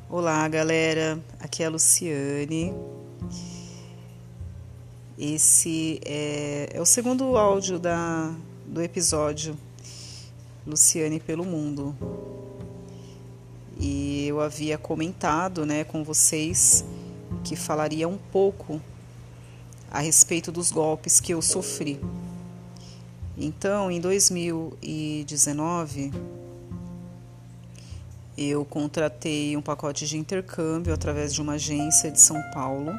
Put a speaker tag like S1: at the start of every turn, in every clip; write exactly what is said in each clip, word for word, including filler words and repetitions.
S1: Olá, galera. Aqui é a Luciane. Esse é, é o segundo áudio da, do episódio Luciane pelo Mundo. E eu havia comentado, né, com vocês que falaria um pouco a respeito dos golpes que eu sofri. Então, em dois mil e dezenove, eu contratei um pacote de intercâmbio através de uma agência de São Paulo.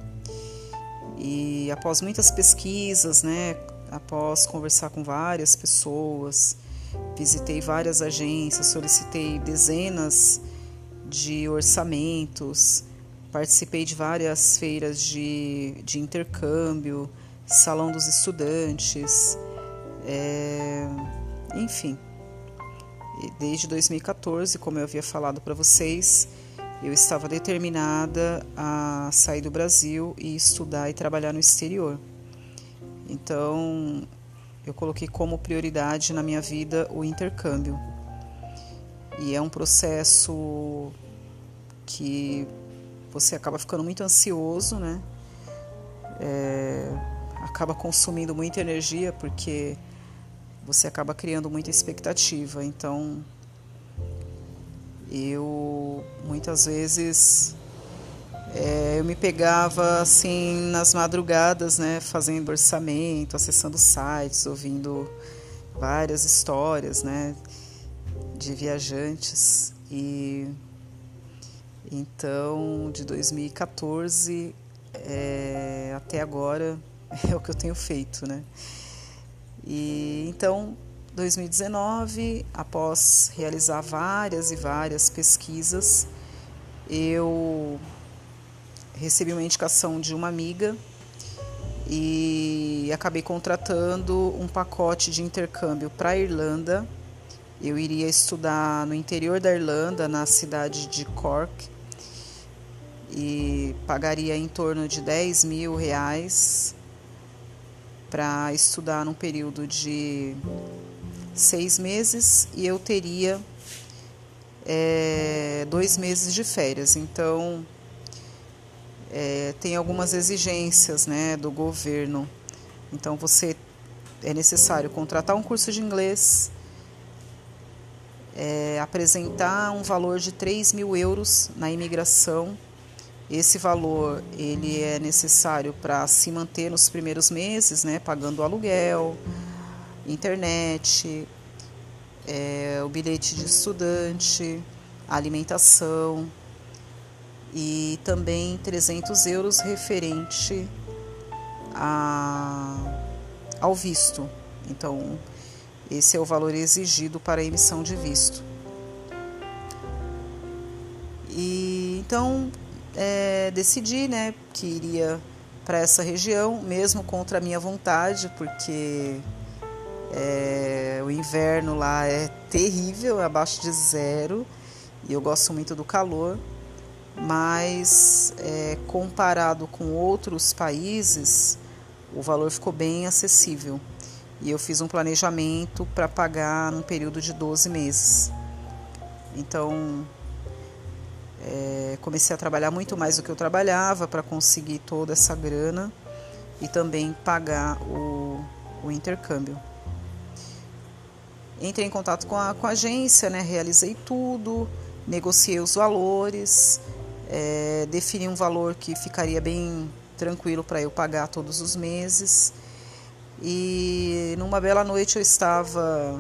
S1: E após muitas pesquisas, né, após conversar com várias pessoas, visitei várias agências, solicitei dezenas de orçamentos, participei de várias feiras de, de intercâmbio, salão dos estudantes, é, enfim. Desde dois mil e quatorze, como eu havia falado para vocês, eu estava determinada a sair do Brasil e estudar e trabalhar no exterior. Então, eu coloquei como prioridade na minha vida o intercâmbio. E é um processo que você acaba ficando muito ansioso, né? É, acaba consumindo muita energia porque você acaba criando muita expectativa. Então, eu muitas vezes é, eu me pegava assim nas madrugadas, né, fazendo orçamento, acessando sites, ouvindo várias histórias, né, de viajantes. E então, de dois mil e quatorze é, até agora é o que eu tenho feito, né? E então, dois mil e dezenove, após realizar várias e várias pesquisas, eu recebi uma indicação de uma amiga e acabei contratando um pacote de intercâmbio para a Irlanda. Eu iria estudar no interior da Irlanda, na cidade de Cork, e pagaria em torno de dez mil reais para estudar num período de seis meses e eu teria é, dois meses de férias. Então, é, tem algumas exigências, né, do governo. Então, você é necessário contratar um curso de inglês, é, apresentar um valor de três mil euros na imigração. Esse valor ele é necessário para se manter nos primeiros meses, né, pagando o aluguel, internet, é, o bilhete de estudante, alimentação e também trezentos euros referente a, ao visto. Então, esse é o valor exigido para a emissão de visto. E então é, decidi, né, que iria para essa região, mesmo contra a minha vontade, porque é, o inverno lá é terrível, é abaixo de zero, e eu gosto muito do calor, mas é, comparado com outros países, o valor ficou bem acessível. E eu fiz um planejamento para pagar num período de doze meses. Então, é, comecei a trabalhar muito mais do que eu trabalhava para conseguir toda essa grana e também pagar o, o intercâmbio. Entrei em contato com a, com a agência, né, realizei tudo, negociei os valores, é, defini um valor que ficaria bem tranquilo para eu pagar todos os meses. E numa bela noite eu estava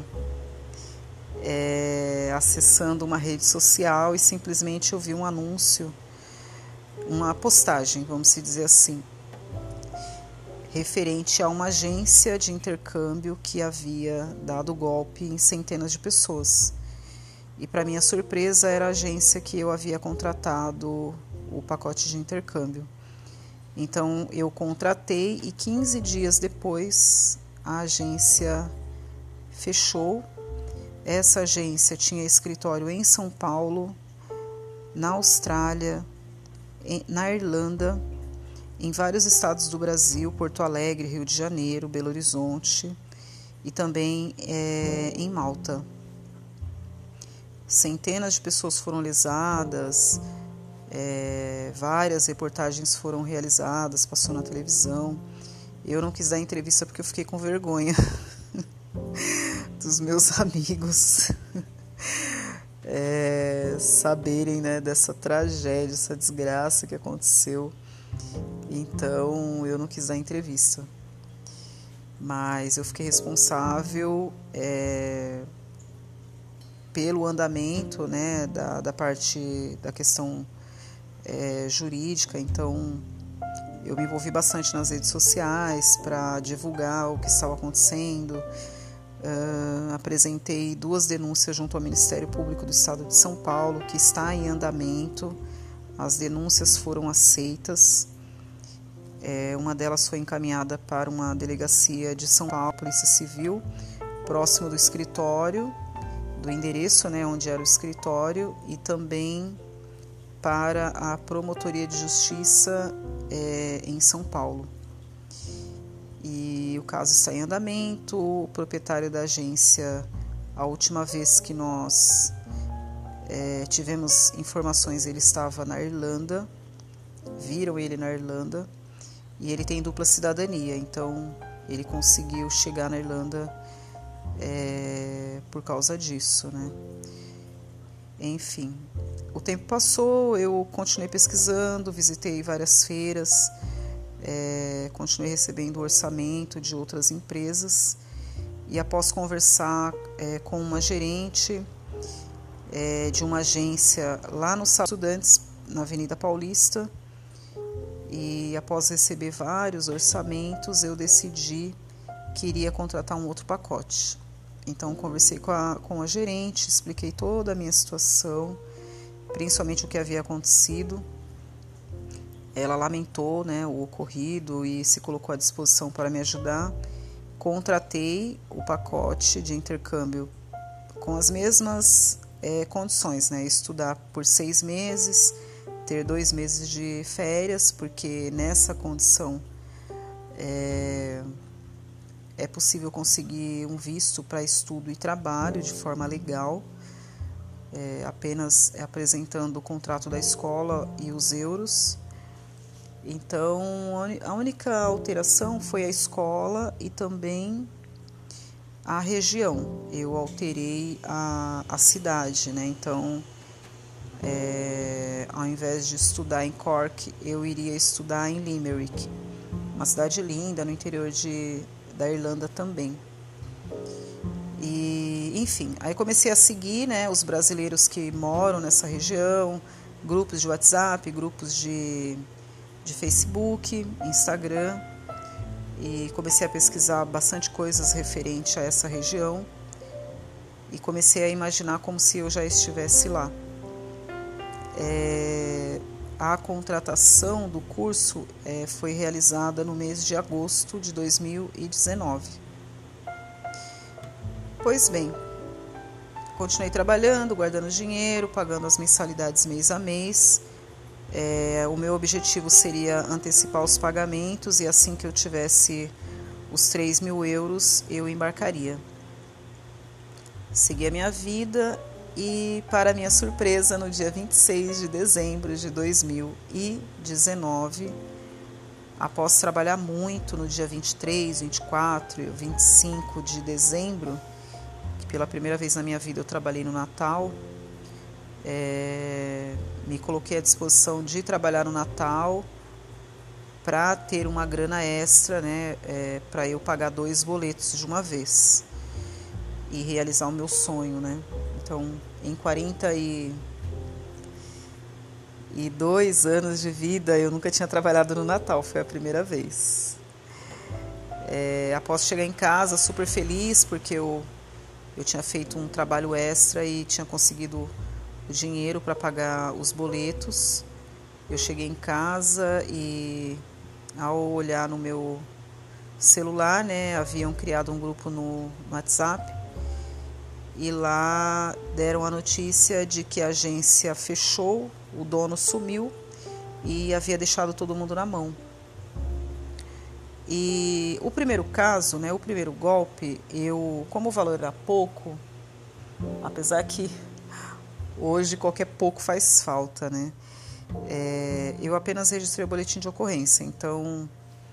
S1: é, acessando uma rede social e simplesmente eu vi um anúncio, uma postagem, vamos dizer assim, referente a uma agência de intercâmbio que havia dado golpe em centenas de pessoas. E para minha surpresa era a agência que eu havia contratado o pacote de intercâmbio. Então eu contratei e quinze dias depois a agência fechou. Essa agência tinha escritório em São Paulo, na Austrália, na Irlanda, em vários estados do Brasil, Porto Alegre, Rio de Janeiro, Belo Horizonte e também é, em Malta. Centenas de pessoas foram lesadas, É, várias reportagens foram realizadas, passou na televisão. Eu não quis dar entrevista porque eu fiquei com vergonha dos meus amigos é, saberem, né, dessa tragédia, essa desgraça que aconteceu. Então eu não quis dar entrevista. Mas eu fiquei responsável é, pelo andamento, né, da, da parte da questão é, jurídica. Então eu me envolvi bastante nas redes sociais para divulgar o que estava acontecendo. Uh, apresentei duas denúncias junto ao Ministério Público do Estado de São Paulo, que está em andamento. As denúncias foram aceitas. É, uma delas foi encaminhada para uma delegacia de São Paulo, Polícia Civil, próximo do escritório, do endereço, né, onde era o escritório, e também para a Promotoria de Justiça é, em São Paulo. E o caso está em andamento. O proprietário da agência, a última vez que nós é, tivemos informações, ele estava na Irlanda, viram ele na Irlanda, e ele tem dupla cidadania, então ele conseguiu chegar na Irlanda é, por causa disso, né? Enfim, o tempo passou, eu continuei pesquisando, visitei várias feiras, é, continuei recebendo orçamento de outras empresas, e após conversar é, com uma gerente é, de uma agência lá no Sala Estudantes, na Avenida Paulista, e após receber vários orçamentos, eu decidi que iria contratar um outro pacote. Então, conversei com a, com a gerente, expliquei toda a minha situação, principalmente o que havia acontecido. Ela lamentou, né, o ocorrido e se colocou à disposição para me ajudar. Contratei o pacote de intercâmbio com as mesmas é, condições, né, estudar por seis meses, ter dois meses de férias, porque nessa condição é, é possível conseguir um visto para estudo e trabalho de forma legal, é, apenas apresentando o contrato da escola e os euros. Então, a única alteração foi a escola e também a região. Eu alterei a, a cidade, né? Então, É, ao invés de estudar em Cork, eu iria estudar em Limerick, uma cidade linda no interior de, da Irlanda também. E, enfim, aí comecei a seguir, né, os brasileiros que moram nessa região, grupos de WhatsApp, grupos de, de Facebook, Instagram, e comecei a pesquisar bastante coisas referente a essa região e comecei a imaginar como se eu já estivesse lá. É, a contratação do curso é, foi realizada no mês de agosto de dois mil e dezenove. Pois bem, continuei trabalhando, guardando dinheiro, pagando as mensalidades mês a mês. É, o meu objetivo seria antecipar os pagamentos e assim que eu tivesse os três mil euros, eu embarcaria. Segui a minha vida. E, para minha surpresa, no dia vinte e seis de dezembro de dois mil e dezenove, após trabalhar muito no dia vinte e três, vinte e quatro e vinte e cinco de dezembro, que pela primeira vez na minha vida eu trabalhei no Natal, é, me coloquei à disposição de trabalhar no Natal para ter uma grana extra, né, é, para eu pagar dois boletos de uma vez e realizar o meu sonho, né? Então, em quarenta e dois anos de vida, eu nunca tinha trabalhado no Natal, foi a primeira vez. É, após chegar em casa, super feliz, porque eu, eu tinha feito um trabalho extra e tinha conseguido o dinheiro para pagar os boletos. Eu cheguei em casa e, ao olhar no meu celular, né, haviam criado um grupo no WhatsApp, e lá deram a notícia de que a agência fechou, o dono sumiu e havia deixado todo mundo na mão. E o primeiro caso, né, o primeiro golpe, eu, como o valor era pouco, apesar que hoje qualquer pouco faz falta, né? É, eu apenas registrei o boletim de ocorrência, então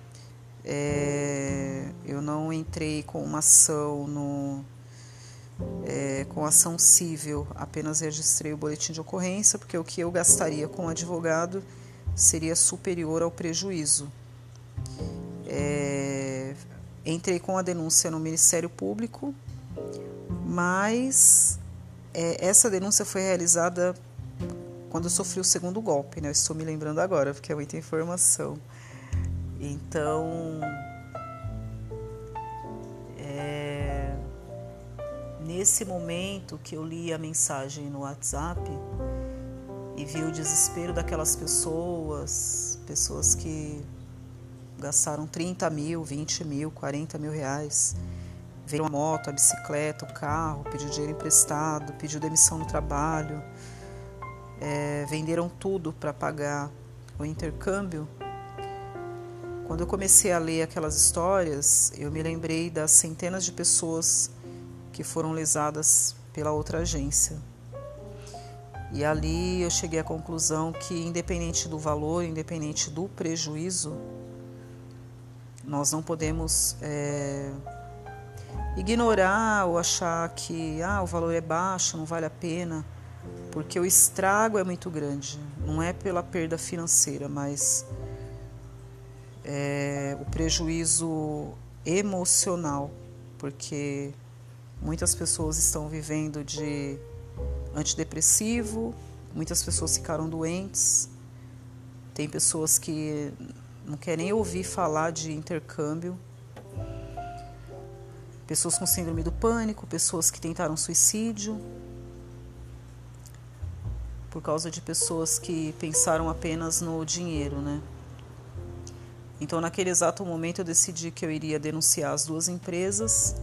S1: é, eu não entrei com uma ação no, é, com ação civil, apenas registrei o boletim de ocorrência, porque o que eu gastaria com o advogado seria superior ao prejuízo. É, entrei com a denúncia no Ministério Público, mas é, essa denúncia foi realizada quando eu sofri o segundo golpe, né? Eu estou me lembrando agora, porque é muita informação. Então, é, nesse momento que eu li a mensagem no WhatsApp e vi o desespero daquelas pessoas, pessoas que gastaram trinta mil, vinte mil, quarenta mil reais, veio a moto, a bicicleta, o carro, pediu dinheiro emprestado, pediu demissão no trabalho, é, venderam tudo para pagar o intercâmbio. Quando eu comecei a ler aquelas histórias, eu me lembrei das centenas de pessoas que foram lesadas pela outra agência. E ali eu cheguei à conclusão que, independente do valor, independente do prejuízo, nós não podemos é, ignorar ou achar que ah, o valor é baixo, não vale a pena, porque o estrago é muito grande. Não é pela perda financeira, mas é, o prejuízo emocional, porque muitas pessoas estão vivendo de antidepressivo, muitas pessoas ficaram doentes, tem pessoas que não querem nem ouvir falar de intercâmbio, pessoas com síndrome do pânico, pessoas que tentaram suicídio, por causa de pessoas que pensaram apenas no dinheiro, né? Então, naquele exato momento, eu decidi que eu iria denunciar as duas empresas,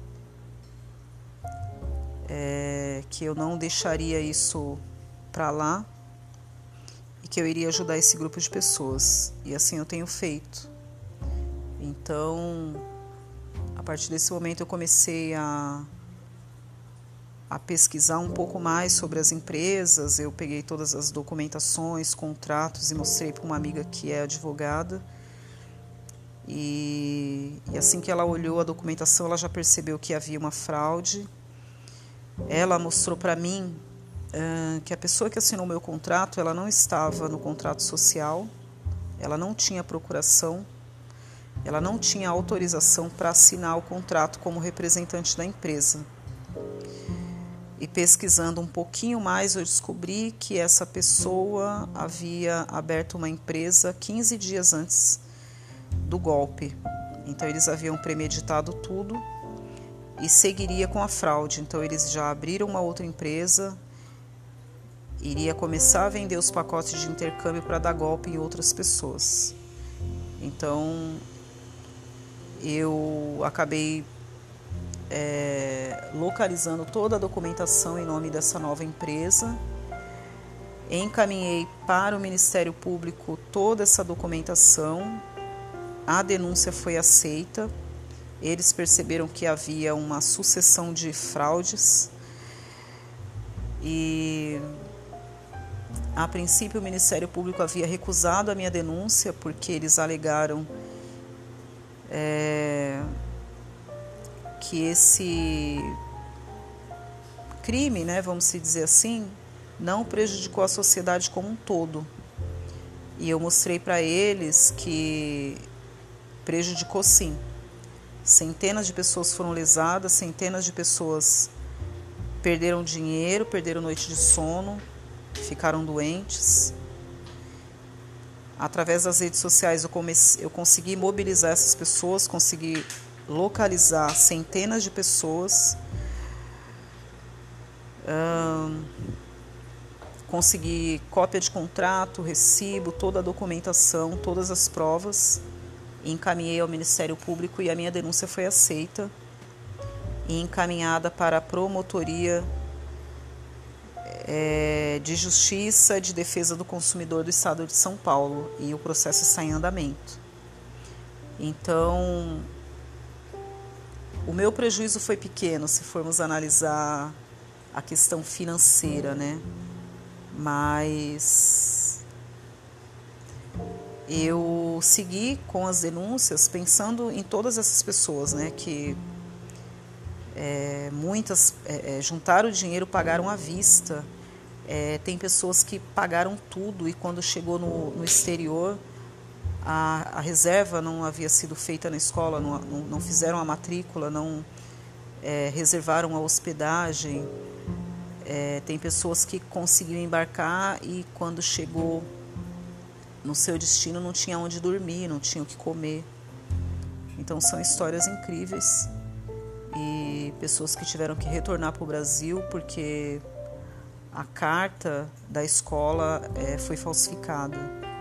S1: é, que eu não deixaria isso para lá e que eu iria ajudar esse grupo de pessoas. E assim eu tenho feito. Então, a partir desse momento, eu comecei a, a pesquisar um pouco mais sobre as empresas. Eu peguei todas as documentações, contratos e mostrei para uma amiga que é advogada. E, e assim que ela olhou a documentação, ela já percebeu que havia uma fraude. Ela mostrou para mim uh, que a pessoa que assinou meu contrato, ela não estava no contrato social, ela não tinha procuração, ela não tinha autorização para assinar o contrato como representante da empresa. E pesquisando um pouquinho mais, eu descobri que essa pessoa havia aberto uma empresa quinze dias antes do golpe. Então eles haviam premeditado tudo e seguiria com a fraude. Então eles já abriram uma outra empresa, iria começar a vender os pacotes de intercâmbio para dar golpe em outras pessoas. Então eu acabei é, localizando toda a documentação em nome dessa nova empresa, encaminhei para o Ministério Público toda essa documentação. A denúncia foi aceita, eles perceberam que havia uma sucessão de fraudes e, a princípio, o Ministério Público havia recusado a minha denúncia porque eles alegaram é, que esse crime, né, vamos dizer assim, não prejudicou a sociedade como um todo. E eu mostrei para eles que prejudicou sim. Centenas de pessoas foram lesadas, centenas de pessoas perderam dinheiro, perderam noite de sono, ficaram doentes. Através das redes sociais eu, comecei, eu consegui mobilizar essas pessoas, consegui localizar centenas de pessoas, hum, consegui cópia de contrato, recibo, toda a documentação, todas as provas. Encaminhei ao Ministério Público e a minha denúncia foi aceita e encaminhada para a Promotoria é, de Justiça de Defesa do Consumidor do Estado de São Paulo, e o processo está em andamento. Então, o meu prejuízo foi pequeno, se formos analisar a questão financeira, né? Mas eu segui com as denúncias pensando em todas essas pessoas, né, que é, muitas é, juntaram o dinheiro, pagaram à vista. É, tem pessoas que pagaram tudo e quando chegou no, no exterior, a, a reserva não havia sido feita na escola, não, não, não fizeram a matrícula, não é, reservaram a hospedagem. É, tem pessoas que conseguiram embarcar e quando chegou no seu destino não tinha onde dormir, não tinha o que comer. Então são histórias incríveis e pessoas que tiveram que retornar para o Brasil porque a carta da escola é, foi falsificada.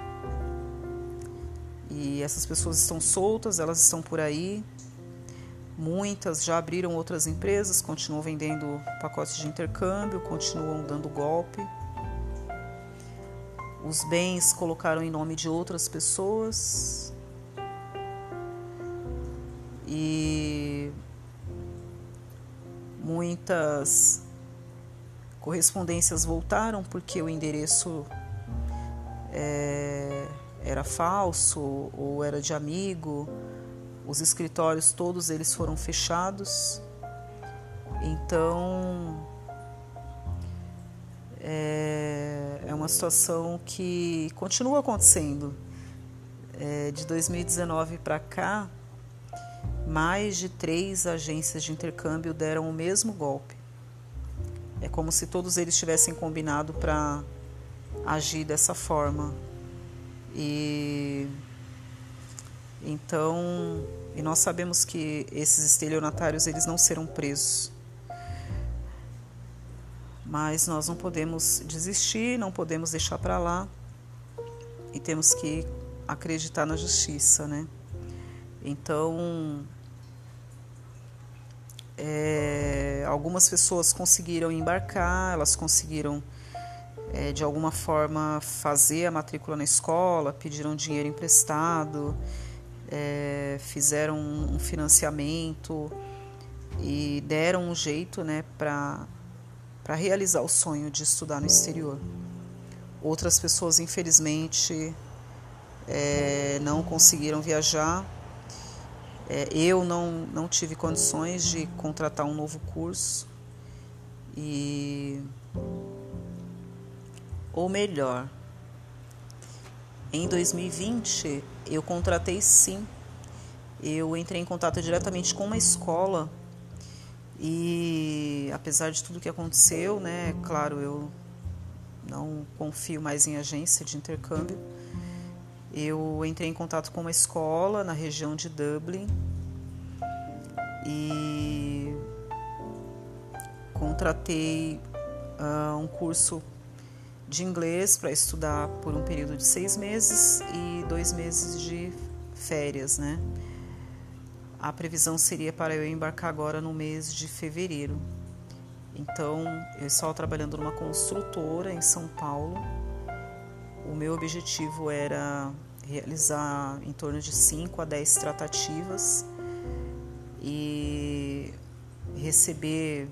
S1: E essas pessoas estão soltas, elas estão por aí. Muitas já abriram outras empresas, continuam vendendo pacotes de intercâmbio, continuam dando golpe. Os bens colocaram em nome de outras pessoas. E muitas correspondências voltaram porque o endereço é, era falso ou era de amigo. Os escritórios, todos eles foram fechados. Então, é, é uma situação que continua acontecendo. É, de dois mil e dezenove para cá, mais de três agências de intercâmbio deram o mesmo golpe. É como se todos eles tivessem combinado para agir dessa forma. E então, e nós sabemos que esses estelionatários eles não serão presos. Mas nós não podemos desistir, não podemos deixar para lá e temos que acreditar na justiça, né? Então, é, algumas pessoas conseguiram embarcar, elas conseguiram é, de alguma forma fazer a matrícula na escola, pediram dinheiro emprestado, é, fizeram um financiamento e deram um jeito, né, para para realizar o sonho de estudar no exterior. Outras pessoas, infelizmente, é, não conseguiram viajar. É, eu não, não tive condições de contratar um novo curso. E, ou melhor, em dois mil e vinte eu contratei sim. Eu entrei em contato diretamente com uma escola. E apesar de tudo que aconteceu, né, claro, eu não confio mais em agência de intercâmbio. Eu entrei em contato com uma escola na região de Dublin e contratei uh, um curso de inglês para estudar por um período de seis meses e dois meses de férias, né? A previsão seria para eu embarcar agora no mês de fevereiro. Então, eu estava trabalhando numa construtora em São Paulo. O meu objetivo era realizar em torno de cinco a dez tratativas e receber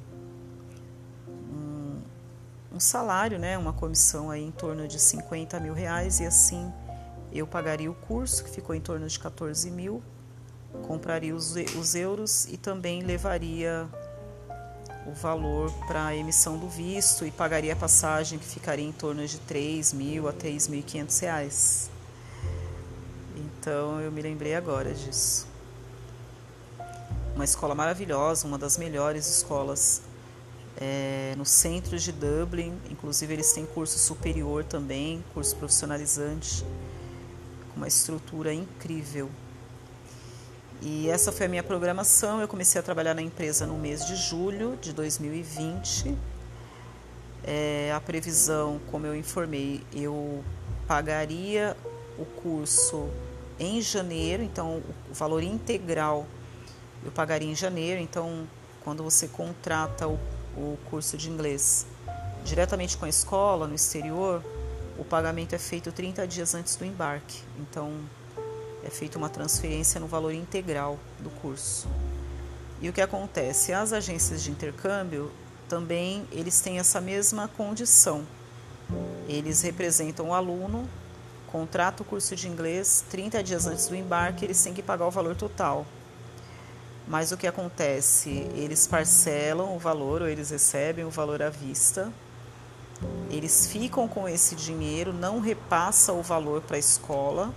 S1: um, um salário, né, uma comissão aí em torno de cinquenta mil reais e assim eu pagaria o curso, que ficou em torno de quatorze mil. Compraria os, os euros e também levaria o valor para a emissão do visto e pagaria a passagem, que ficaria em torno de três mil a três mil e quinhentos reais. Então eu me lembrei agora disso. Uma escola maravilhosa, uma das melhores escolas é, no centro de Dublin. Inclusive eles têm curso superior também, curso profissionalizante, com uma estrutura incrível. E essa foi a minha programação. Eu comecei a trabalhar na empresa no mês de julho de dois mil e vinte. É, a previsão, como eu informei, eu pagaria o curso em janeiro, então o valor integral eu pagaria em janeiro. Então, quando você contrata o, o curso de inglês diretamente com a escola, no exterior, o pagamento é feito trinta dias antes do embarque. Então, é feita uma transferência no valor integral do curso. E o que acontece? As agências de intercâmbio também eles têm essa mesma condição. Eles representam o aluno contrata o curso de inglês, trinta dias antes do embarque eles têm que pagar o valor total. Mas o que acontece? Eles parcelam o valor, ou eles recebem o valor à vista, eles ficam com esse dinheiro, não repassam o valor para a escola,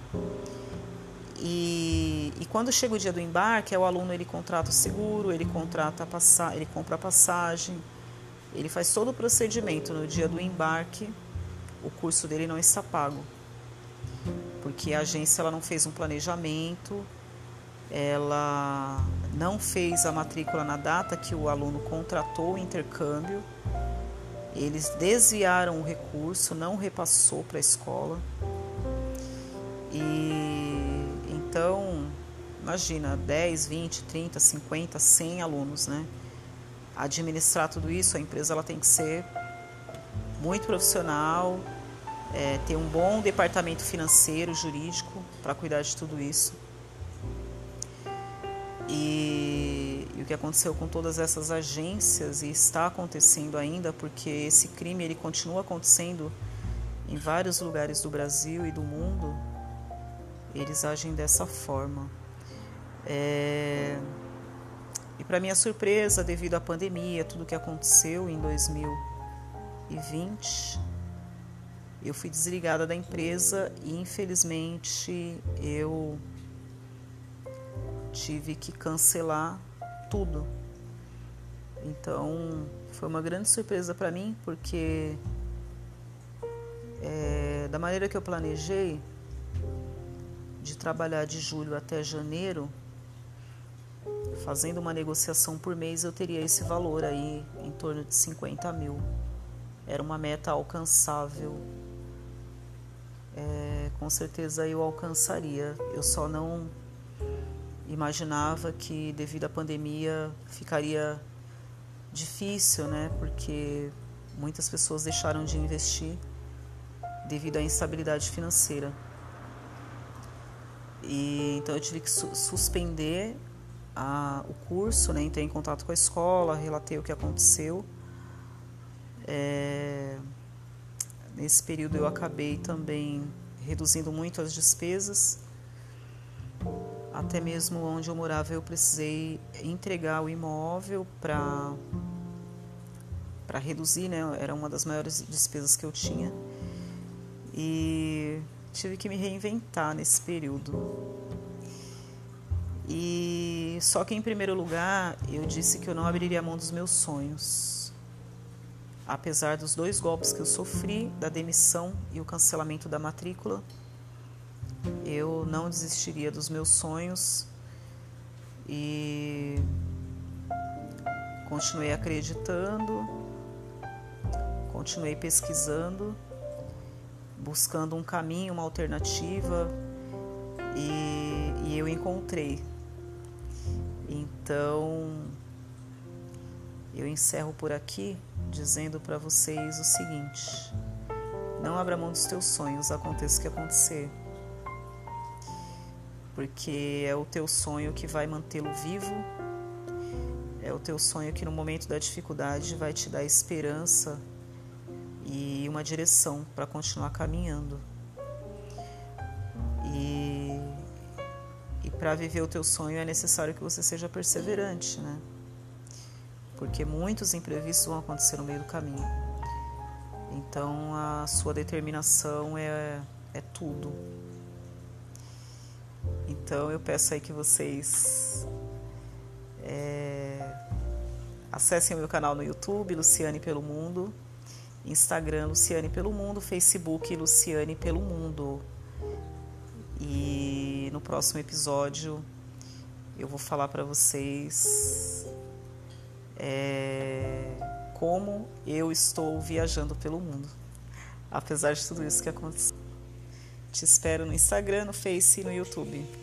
S1: e, e quando chega o dia do embarque, o aluno ele contrata o seguro, ele, contrata a passa, ele compra a passagem, ele faz todo o procedimento. No dia do embarque, o curso dele não está pago, porque a agência ela não fez um planejamento, ela não fez a matrícula na data que o aluno contratou o intercâmbio, eles desviaram o recurso, não repassou para a escola. E então, imagina, dez, vinte, trinta, cinquenta, cem alunos, né? Administrar tudo isso, a empresa ela tem que ser muito profissional, é, ter um bom departamento financeiro, jurídico, para cuidar de tudo isso. E, e o que aconteceu com todas essas agências, e está acontecendo ainda, porque esse crime ele continua acontecendo em vários lugares do Brasil e do mundo, eles agem dessa forma. É, e para minha surpresa, devido à pandemia, tudo que aconteceu em dois mil e vinte, eu fui desligada da empresa e infelizmente eu tive que cancelar tudo. Então foi uma grande surpresa para mim, porque é, da maneira que eu planejei, de trabalhar de julho até janeiro, fazendo uma negociação por mês, eu teria esse valor aí, em torno de cinquenta mil. Era uma meta alcançável. É, com certeza eu alcançaria. Eu só não imaginava que devido à pandemia ficaria difícil, né? Porque muitas pessoas deixaram de investir devido à instabilidade financeira. E então eu tive que su- suspender a, o curso, né? Entrei em contato com a escola, relatei o que aconteceu. É, nesse período eu acabei também reduzindo muito as despesas. Até mesmo onde eu morava eu precisei entregar o imóvel para para reduzir, né? Era uma das maiores despesas que eu tinha. E tive que me reinventar nesse período. E só que em primeiro lugar eu disse que eu não abriria mão dos meus sonhos. Apesar dos dois golpes que eu sofri, da demissão e o cancelamento da matrícula, eu não desistiria dos meus sonhos e continuei acreditando, continuei pesquisando, buscando um caminho, uma alternativa, e, e eu encontrei. Então, eu encerro por aqui dizendo para vocês o seguinte: não abra mão dos teus sonhos, aconteça o que acontecer, porque é o teu sonho que vai mantê-lo vivo, é o teu sonho que no momento da dificuldade vai te dar esperança e uma direção para continuar caminhando. E, e para viver o teu sonho é necessário que você seja perseverante, né? Porque muitos imprevistos vão acontecer no meio do caminho. Então a sua determinação é, é tudo. Então eu peço aí que vocês é, acessem o meu canal no YouTube, Luciane Pelo Mundo, Instagram Luciane Pelo Mundo, Facebook Luciane Pelo Mundo. E no próximo episódio eu vou falar para vocês é, como eu estou viajando pelo mundo, apesar de tudo isso que aconteceu. Te espero no Instagram, no Face e no YouTube.